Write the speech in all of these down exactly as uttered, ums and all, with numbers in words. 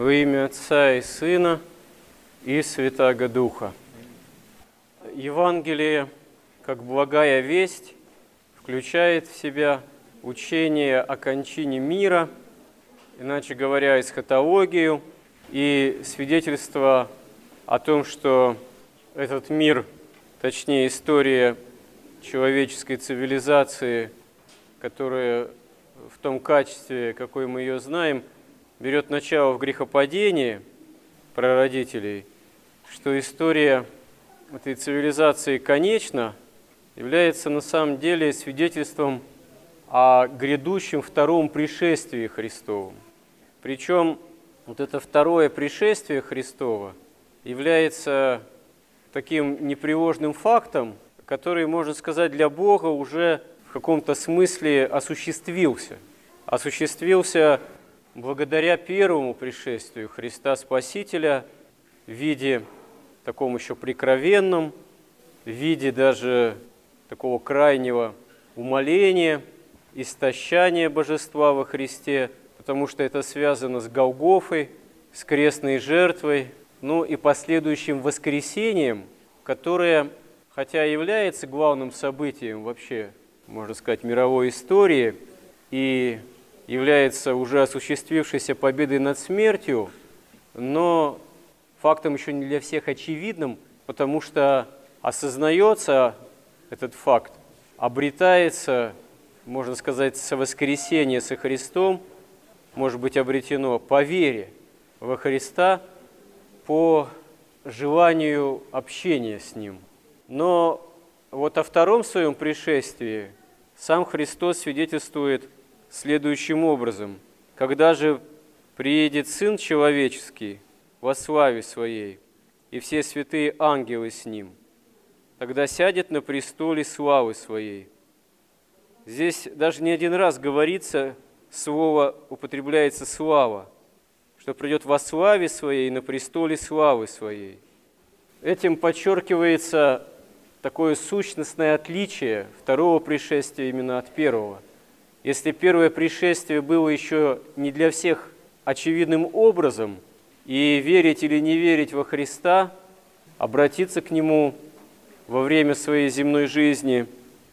Во имя Отца и Сына и Святаго Духа. Евангелие, как благая весть, включает в себя учение о кончине мира, иначе говоря, эсхатологию, и свидетельство о том, что этот мир, точнее история человеческой цивилизации, которая в том качестве, какой мы ее знаем, берет начало в грехопадении прародителей, что история этой цивилизации конечна, является на самом деле свидетельством о грядущем втором пришествии Христовом. Причем вот это второе пришествие Христова является таким непреложным фактом, который, можно сказать, для Бога уже в каком-то смысле осуществился. Осуществился благодаря первому пришествию Христа Спасителя в виде таком еще прикровенном, в виде даже такого крайнего умоления, истощания божества во Христе, потому что это связано с Голгофой, с крестной жертвой, ну и последующим воскресением, которое, хотя является главным событием вообще, можно сказать, мировой истории и является уже осуществившейся победой над смертью, но фактом еще не для всех очевидным, потому что осознается этот факт, обретается, можно сказать, со воскресения со Христом, может быть обретено по вере во Христа, по желанию общения с Ним. Но вот о втором своем пришествии сам Христос свидетельствует следующим образом: когда же приедет Сын Человеческий во славе Своей, и все святые ангелы с Ним, тогда сядет на престоле славы Своей. Здесь даже не один раз говорится, слово употребляется «слава», что придет во славе Своей на престоле славы Своей. Этим подчеркивается такое сущностное отличие второго пришествия именно от первого. Если первое пришествие было еще не для всех очевидным образом, и верить или не верить во Христа, обратиться к Нему во время своей земной жизни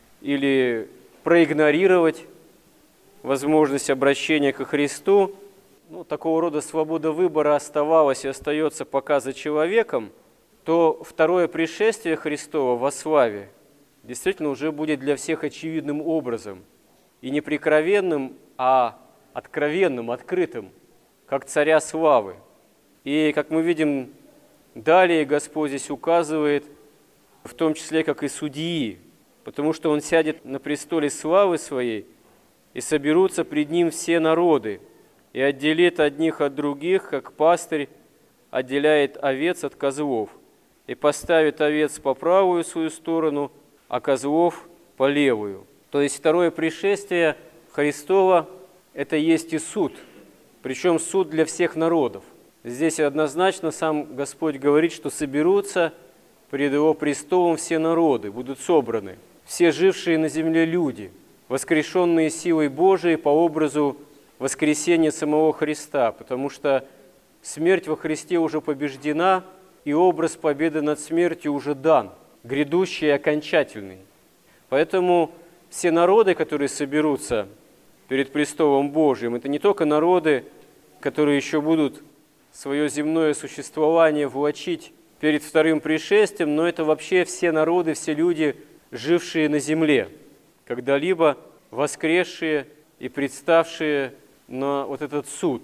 или проигнорировать возможность обращения ко Христу, ну, такого рода свобода выбора оставалась и остается пока за человеком, то второе пришествие Христова во славе действительно уже будет для всех очевидным образом, и не прикровенным, а откровенным, открытым, как царя славы. И, как мы видим, далее Господь здесь указывает, в том числе, как и судьи, потому что Он сядет на престоле славы Своей, и соберутся пред Ним все народы, и отделит одних от других, как пастырь отделяет овец от козлов, и поставит овец по правую свою сторону, а козлов по левую. То есть второе пришествие Христова – это есть и суд, причем суд для всех народов. Здесь однозначно сам Господь говорит, что соберутся пред Его престолом все народы, будут собраны, все жившие на земле люди, воскрешенные силой Божией по образу воскресения самого Христа, потому что смерть во Христе уже побеждена, и образ победы над смертью уже дан, грядущий и окончательный. Поэтому все народы, которые соберутся перед престолом Божьим, это не только народы, которые еще будут свое земное существование влачить перед вторым пришествием, но это вообще все народы, все люди, жившие на земле, когда-либо воскресшие и представшие на вот этот суд,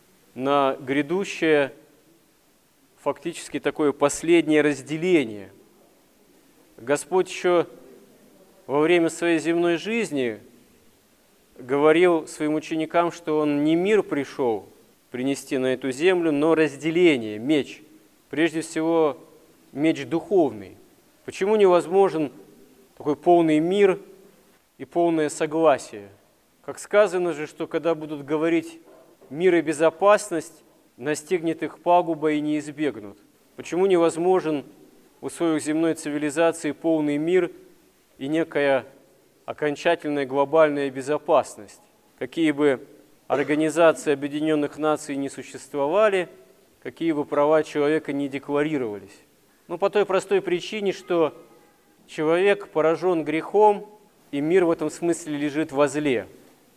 на грядущее фактически такое последнее разделение. Господь еще во время своей земной жизни говорил своим ученикам, что Он не мир пришел принести на эту землю, но разделение, меч. Прежде всего, меч духовный. Почему невозможен такой полный мир и полное согласие? Как сказано же, что когда будут говорить мир и безопасность, настигнет их пагуба и не избегнут. Почему невозможен в условиях земной цивилизации полный мир и некая окончательная глобальная безопасность? Какие бы Организации Объединенных Наций не существовали, какие бы права человека не декларировались. Ну, по той простой причине, что человек поражен грехом, и мир в этом смысле лежит во зле.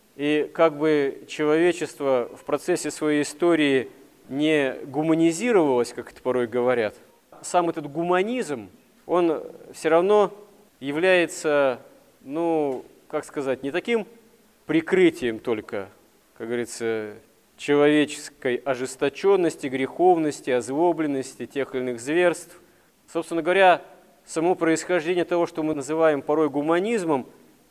И как бы человечество в процессе своей истории не гуманизировалось, как это порой говорят, сам этот гуманизм, он все равно является, ну, как сказать, не таким прикрытием только, как говорится, человеческой ожесточенности, греховности, озлобленности, тех или иных зверств. Собственно говоря, само происхождение того, что мы называем порой гуманизмом,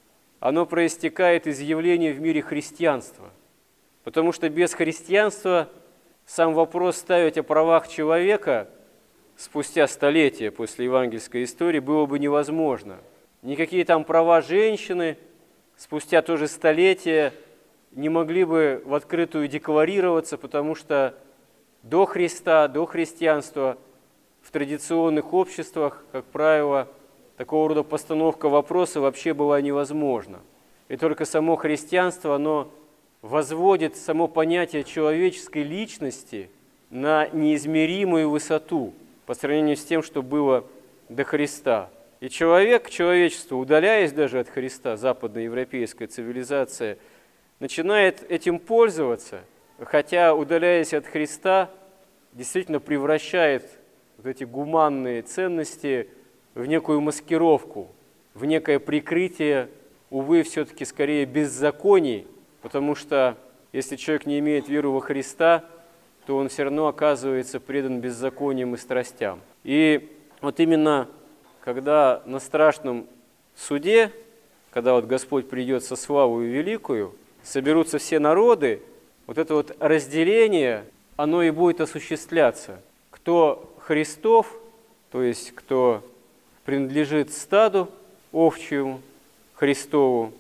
оно проистекает из явления в мире христианства. Потому что без христианства сам вопрос ставить о правах человека спустя столетия после евангельской истории было бы невозможно. Никакие там права женщины спустя тоже столетия не могли бы в открытую декларироваться, потому что до Христа, до христианства в традиционных обществах, как правило, такого рода постановка вопроса вообще была невозможна. И только само христианство, оно возводит само понятие человеческой личности на неизмеримую высоту по сравнению с тем, что было до Христа. И человек, человечество, удаляясь даже от Христа, западноевропейская цивилизация, начинает этим пользоваться, хотя, удаляясь от Христа, действительно превращает вот эти гуманные ценности в некую маскировку, в некое прикрытие, увы, все-таки скорее беззаконий, потому что если человек не имеет веры во Христа, то он все равно оказывается предан беззакониям и страстям. И вот именно когда на страшном суде, когда вот Господь придет со славою великую, соберутся все народы, вот это вот разделение, оно и будет осуществляться. Кто Христов, то есть кто принадлежит стаду овчьему Христову,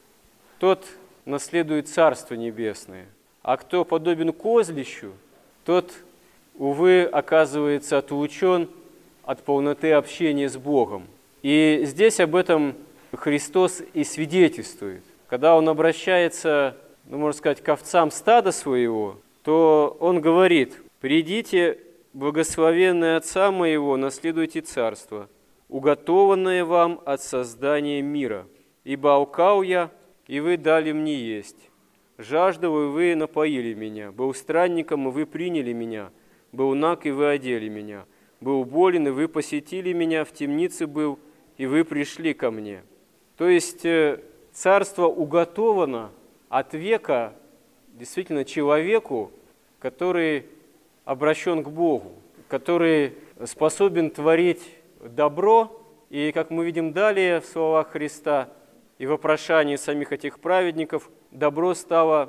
тот наследует Царство Небесное. А кто подобен козлищу, тот, увы, оказывается отлучен от полноты общения с Богом. И здесь об этом Христос и свидетельствует. Когда Он обращается, ну, можно сказать, к овцам стада своего, то Он говорит: «Придите, благословенные Отца моего, наследуйте царство, уготованное вам от создания мира. Ибо алкал я, и вы дали мне есть. Жаждал, и вы напоили меня. Был странником, и вы приняли меня. Был наг, и вы одели меня. Был болен, и вы посетили меня. В темнице был, и вы пришли ко мне». То есть царство уготовано от века действительно человеку, который обращен к Богу, который способен творить добро. И, как мы видим далее в словах Христа и в вопрошании самих этих праведников, добро стало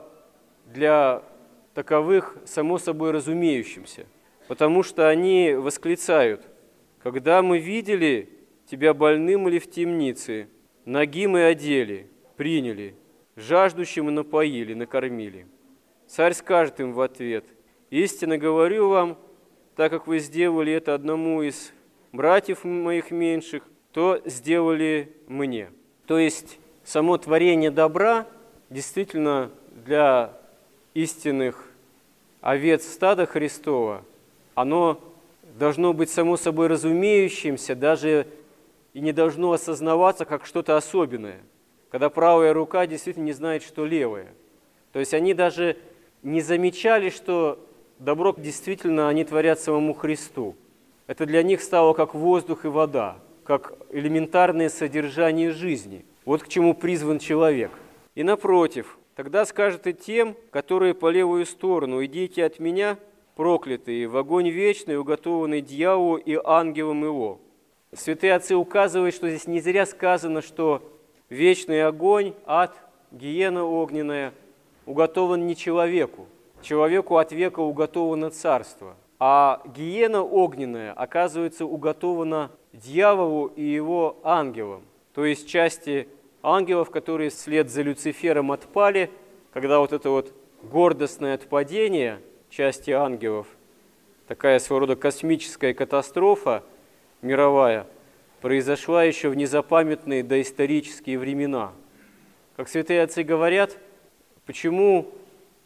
для таковых само собой разумеющимся, потому что они восклицают: «Когда мы видели тебя больным или в темнице, нагим и одели, приняли, жаждущим и напоили, накормили». Царь скажет им в ответ: «Истинно говорю вам, так как вы сделали это одному из братьев моих меньших, то сделали мне». То есть само творение добра действительно для истинных овец стада Христова, оно должно быть само собой разумеющимся, даже и не должно осознаваться как что-то особенное, когда правая рука действительно не знает, что левая. То есть они даже не замечали, что добро действительно они творят самому Христу. Это для них стало как воздух и вода, как элементарное содержание жизни. Вот к чему призван человек. И напротив, тогда скажет и тем, которые по левую сторону: «Идите от меня, проклятые, в огонь вечный, уготованный дьяволу и ангелам его». Святые отцы указывают, что здесь не зря сказано, что вечный огонь, ад, гиена огненная уготован не человеку. Человеку от века уготовано царство. А гиена огненная, оказывается, уготована дьяволу и его ангелам, то есть части ангелов, которые вслед за Люцифером отпали, когда вот это вот гордостное отпадение части ангелов, такая своего рода космическая катастрофа мировая, произошла еще в незапамятные доисторические времена. Как святые отцы говорят, почему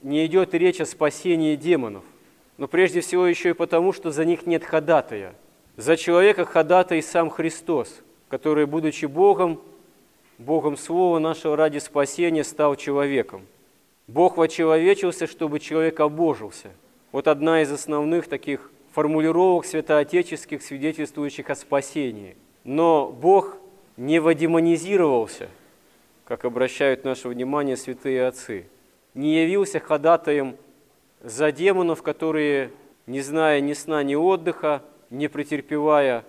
не идет речь о спасении демонов, но прежде всего еще и потому, что за них нет ходатая. За человека ходатай сам Христос, который, будучи Богом, Богом Слова нашего ради спасения, стал человеком. Бог вочеловечился, чтобы человек обожился. Вот одна из основных таких формулировок святоотеческих, свидетельствующих о спасении. Но Бог не водемонизировался, как обращают наше внимание святые отцы, не явился ходатаем за демонов, которые, не зная ни сна, ни отдыха, не претерпевая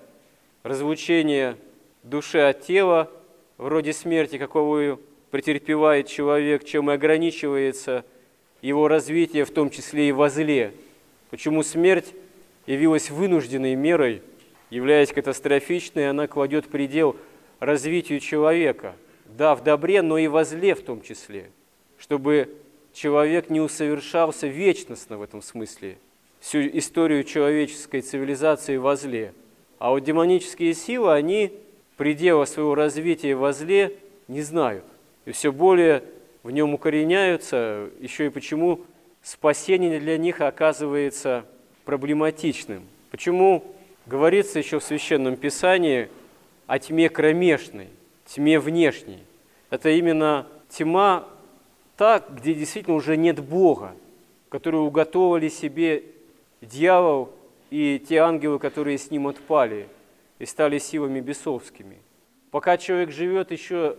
разлучения души от тела, вроде смерти, каковую претерпевает человек, чем и ограничивается его развитие, в том числе и во зле. Почему смерть явилась вынужденной мерой, являясь катастрофичной, она кладет предел развитию человека, да, в добре, но и во зле в том числе, чтобы человек не усовершался вечностно в этом смысле, всю историю человеческой цивилизации во зле. А вот демонические силы, они предела своего развития во зле не знают. И все более в нем укореняются, еще и почему спасение для них оказывается проблематичным. Почему говорится еще в Священном Писании о тьме кромешной, тьме внешней. Это именно тьма та, где действительно уже нет Бога, которую уготовили себе дьявол и те ангелы, которые с ним отпали и стали силами бесовскими. Пока человек живет еще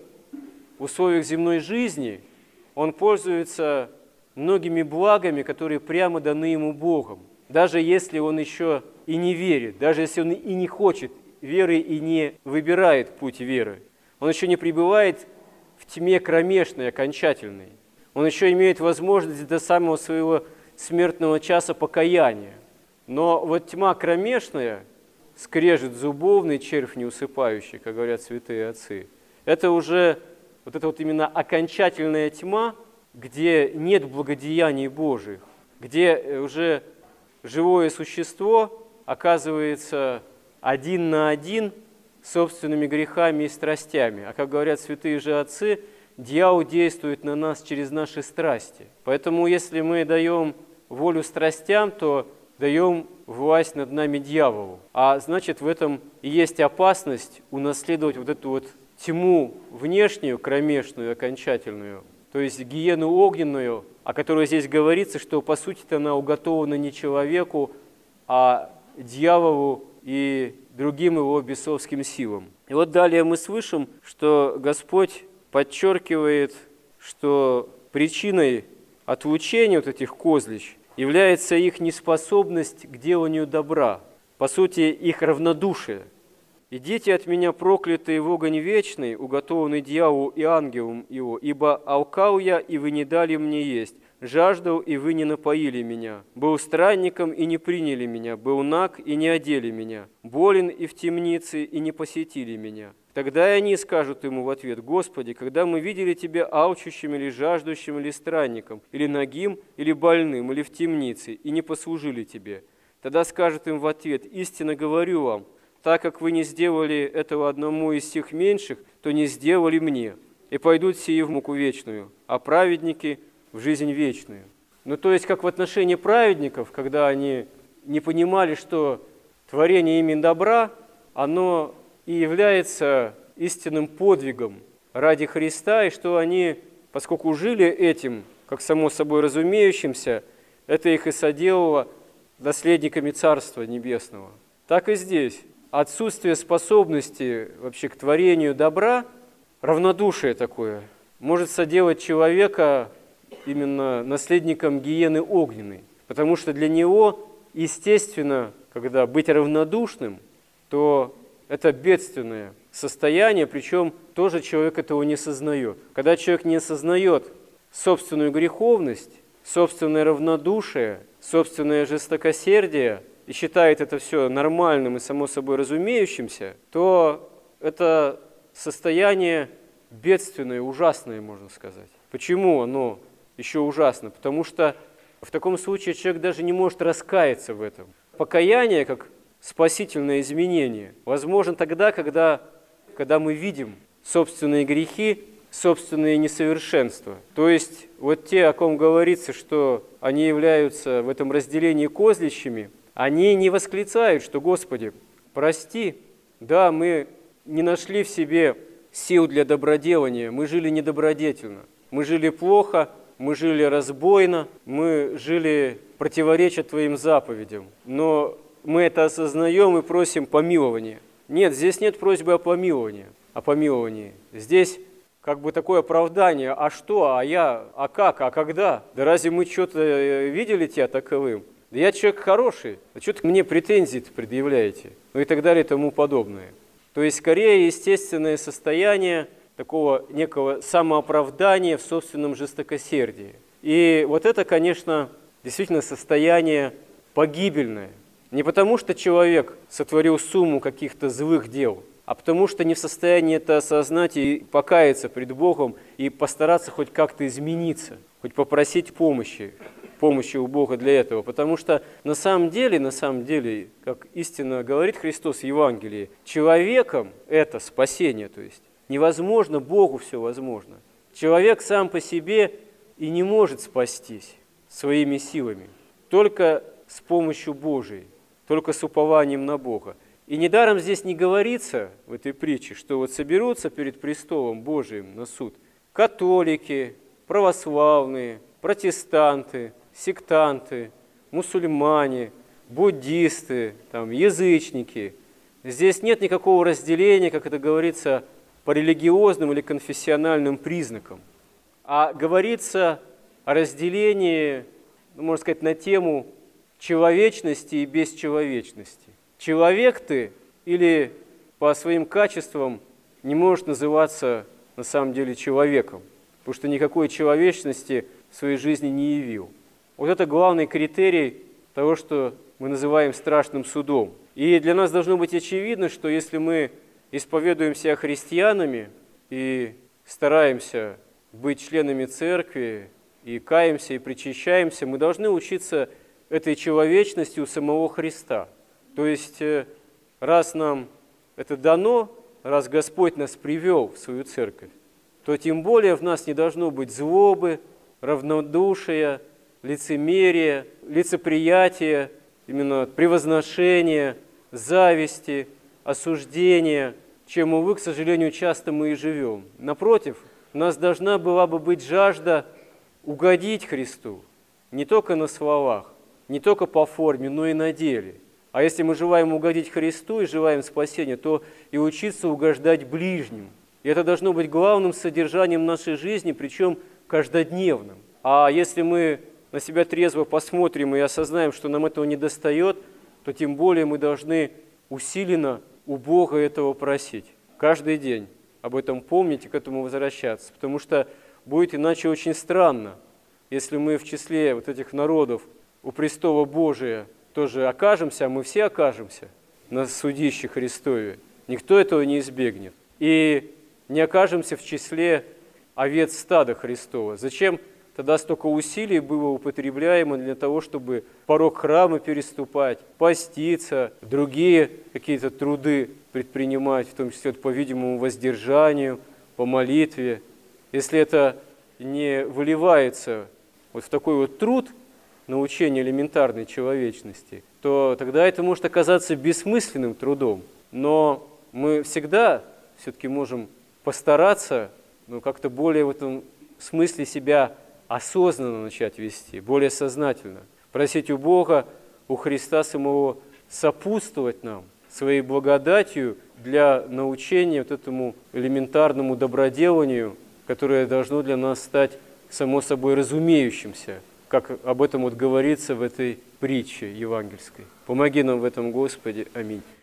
в условиях земной жизни, он пользуется многими благами, которые прямо даны ему Богом. Даже если он еще и не верит, даже если он и не хочет веры и не выбирает путь веры, он еще не пребывает в тьме кромешной, окончательной. Он еще имеет возможность до самого своего смертного часа покаяния. Но вот тьма кромешная, скрежет зубовный, червь неусыпающий, как говорят святые отцы, это уже вот эта вот именно окончательная тьма, где нет благодеяний Божьих, где уже живое существо оказывается один на один с собственными грехами и страстями. А как говорят святые же отцы, дьявол действует на нас через наши страсти. Поэтому если мы даем волю страстям, то даем власть над нами дьяволу. А значит, в этом и есть опасность унаследовать вот эту вот тьму внешнюю, кромешную, окончательную, то есть гиену огненную, о которой здесь говорится, что по сути она уготована не человеку, а дьяволу и другим его бесовским силам. И вот далее мы слышим, что Господь подчеркивает, что причиной отлучения вот этих козлищ является их неспособность к деланию добра, по сути, их равнодушие. «Идите от меня, проклятые, в огонь вечный, уготованный дьяволу и ангелам его, ибо алкал я, и вы не дали мне есть, жаждал, и вы не напоили меня, был странником, и не приняли меня, был наг, и не одели меня, болен и в темнице, и не посетили меня». Тогда и они скажут ему в ответ: «Господи, когда мы видели Тебя алчущим или жаждущим, или странником, или нагим, или больным, или в темнице, и не послужили Тебе». Тогда скажет им в ответ: «Истинно говорю вам, так как вы не сделали этого одному из сих меньших, то не сделали мне, и пойдут сии в муку вечную, а праведники в жизнь вечную». Ну, то есть, как в отношении праведников, когда они не понимали, что творение ими добра, оно и является истинным подвигом ради Христа, и что они, поскольку жили этим, как само собой разумеющимся, это их и соделало наследниками Царства Небесного. Так и здесь. Отсутствие способности вообще к творению добра, равнодушие такое, может соделать человека именно наследником гиены огненной. Потому что для него, естественно, когда быть равнодушным, то это бедственное состояние, причем тоже человек этого не сознает. Когда человек не осознает собственную греховность, собственное равнодушие, собственное жестокосердие и считает это все нормальным и само собой разумеющимся, то это состояние бедственное, ужасное, можно сказать. Почему оно еще ужасно? Потому что в таком случае человек даже не может раскаяться в этом. Покаяние, как спасительное изменение, возможно тогда, когда, когда мы видим собственные грехи, собственные несовершенства. То есть вот те, о ком говорится, что они являются в этом разделении козлищами, они не восклицают, что «Господи, прости, да, мы не нашли в себе сил для доброделания, мы жили недобродетельно, мы жили плохо, мы жили разбойно, мы жили противореча Твоим заповедям, но мы это осознаем и просим помилования». Нет, здесь нет просьбы о помиловании, о помиловании. Здесь как бы такое оправдание: а что, а я, а как, а когда? Да разве мы что-то видели тебя таковым? Да я человек хороший, а что-то мне претензии-то предъявляете? Ну и так далее и тому подобное. То есть скорее естественное состояние такого некого самооправдания в собственном жестокосердии. И вот это, конечно, действительно состояние погибельное. Не потому, что человек сотворил сумму каких-то злых дел, а потому что не в состоянии это осознать и покаяться пред Богом и постараться хоть как-то измениться, хоть попросить помощи, помощи у Бога для этого. Потому что на самом деле, на самом деле, как истинно говорит Христос в Евангелии, человеком это спасение, то есть невозможно, Богу все возможно. Человек сам по себе и не может спастись своими силами, только с помощью Божией, только с упованием на Бога. И недаром здесь не говорится в этой притче, что вот соберутся перед престолом Божиим на суд католики, православные, протестанты, сектанты, мусульмане, буддисты, там, язычники. Здесь нет никакого разделения, как это говорится, по религиозным или конфессиональным признакам, а говорится о разделении, ну, можно сказать, на тему человечности и бесчеловечности. Человек ты или по своим качествам не можешь называться на самом деле человеком, потому что никакой человечности в своей жизни не явил. Вот это главный критерий того, что мы называем страшным судом. И для нас должно быть очевидно, что если мы исповедуем себя христианами и стараемся быть членами церкви, и каемся, и причащаемся, мы должны учиться этой человечности у самого Христа. То есть, раз нам это дано, раз Господь нас привел в свою церковь, то тем более в нас не должно быть злобы, равнодушия, лицемерия, лицеприятия, именно превозношения, зависти, осуждения, чем, увы, к сожалению, часто мы и живем. Напротив, у нас должна была бы быть жажда угодить Христу не только на словах, не только по форме, но и на деле. А если мы желаем угодить Христу и желаем спасения, то и учиться угождать ближним. И это должно быть главным содержанием нашей жизни, причем каждодневным. А если мы на себя трезво посмотрим и осознаем, что нам этого не достает, то тем более мы должны усиленно у Бога этого просить. Каждый день об этом помнить и к этому возвращаться. Потому что будет иначе очень странно, если мы в числе вот этих народов у престола Божия тоже окажемся, а мы все окажемся на судище Христове. Никто этого не избегнет. И не окажемся в числе овец стада Христова. Зачем тогда столько усилий было употребляемо для того, чтобы порог храма переступать, поститься, другие какие-то труды предпринимать, в том числе по видимому воздержанию, по молитве. Если это не выливается вот в такой вот труд, научение элементарной человечности, то тогда это может оказаться бессмысленным трудом. Но мы всегда все-таки можем постараться, ну, как-то более в этом смысле себя осознанно начать вести, более сознательно. Просить у Бога, у Христа самого сопутствовать нам своей благодатью для научения вот этому элементарному доброделанию, которое должно для нас стать само собой разумеющимся, как об этом вот говорится в этой притче евангельской. Помоги нам в этом, Господи. Аминь.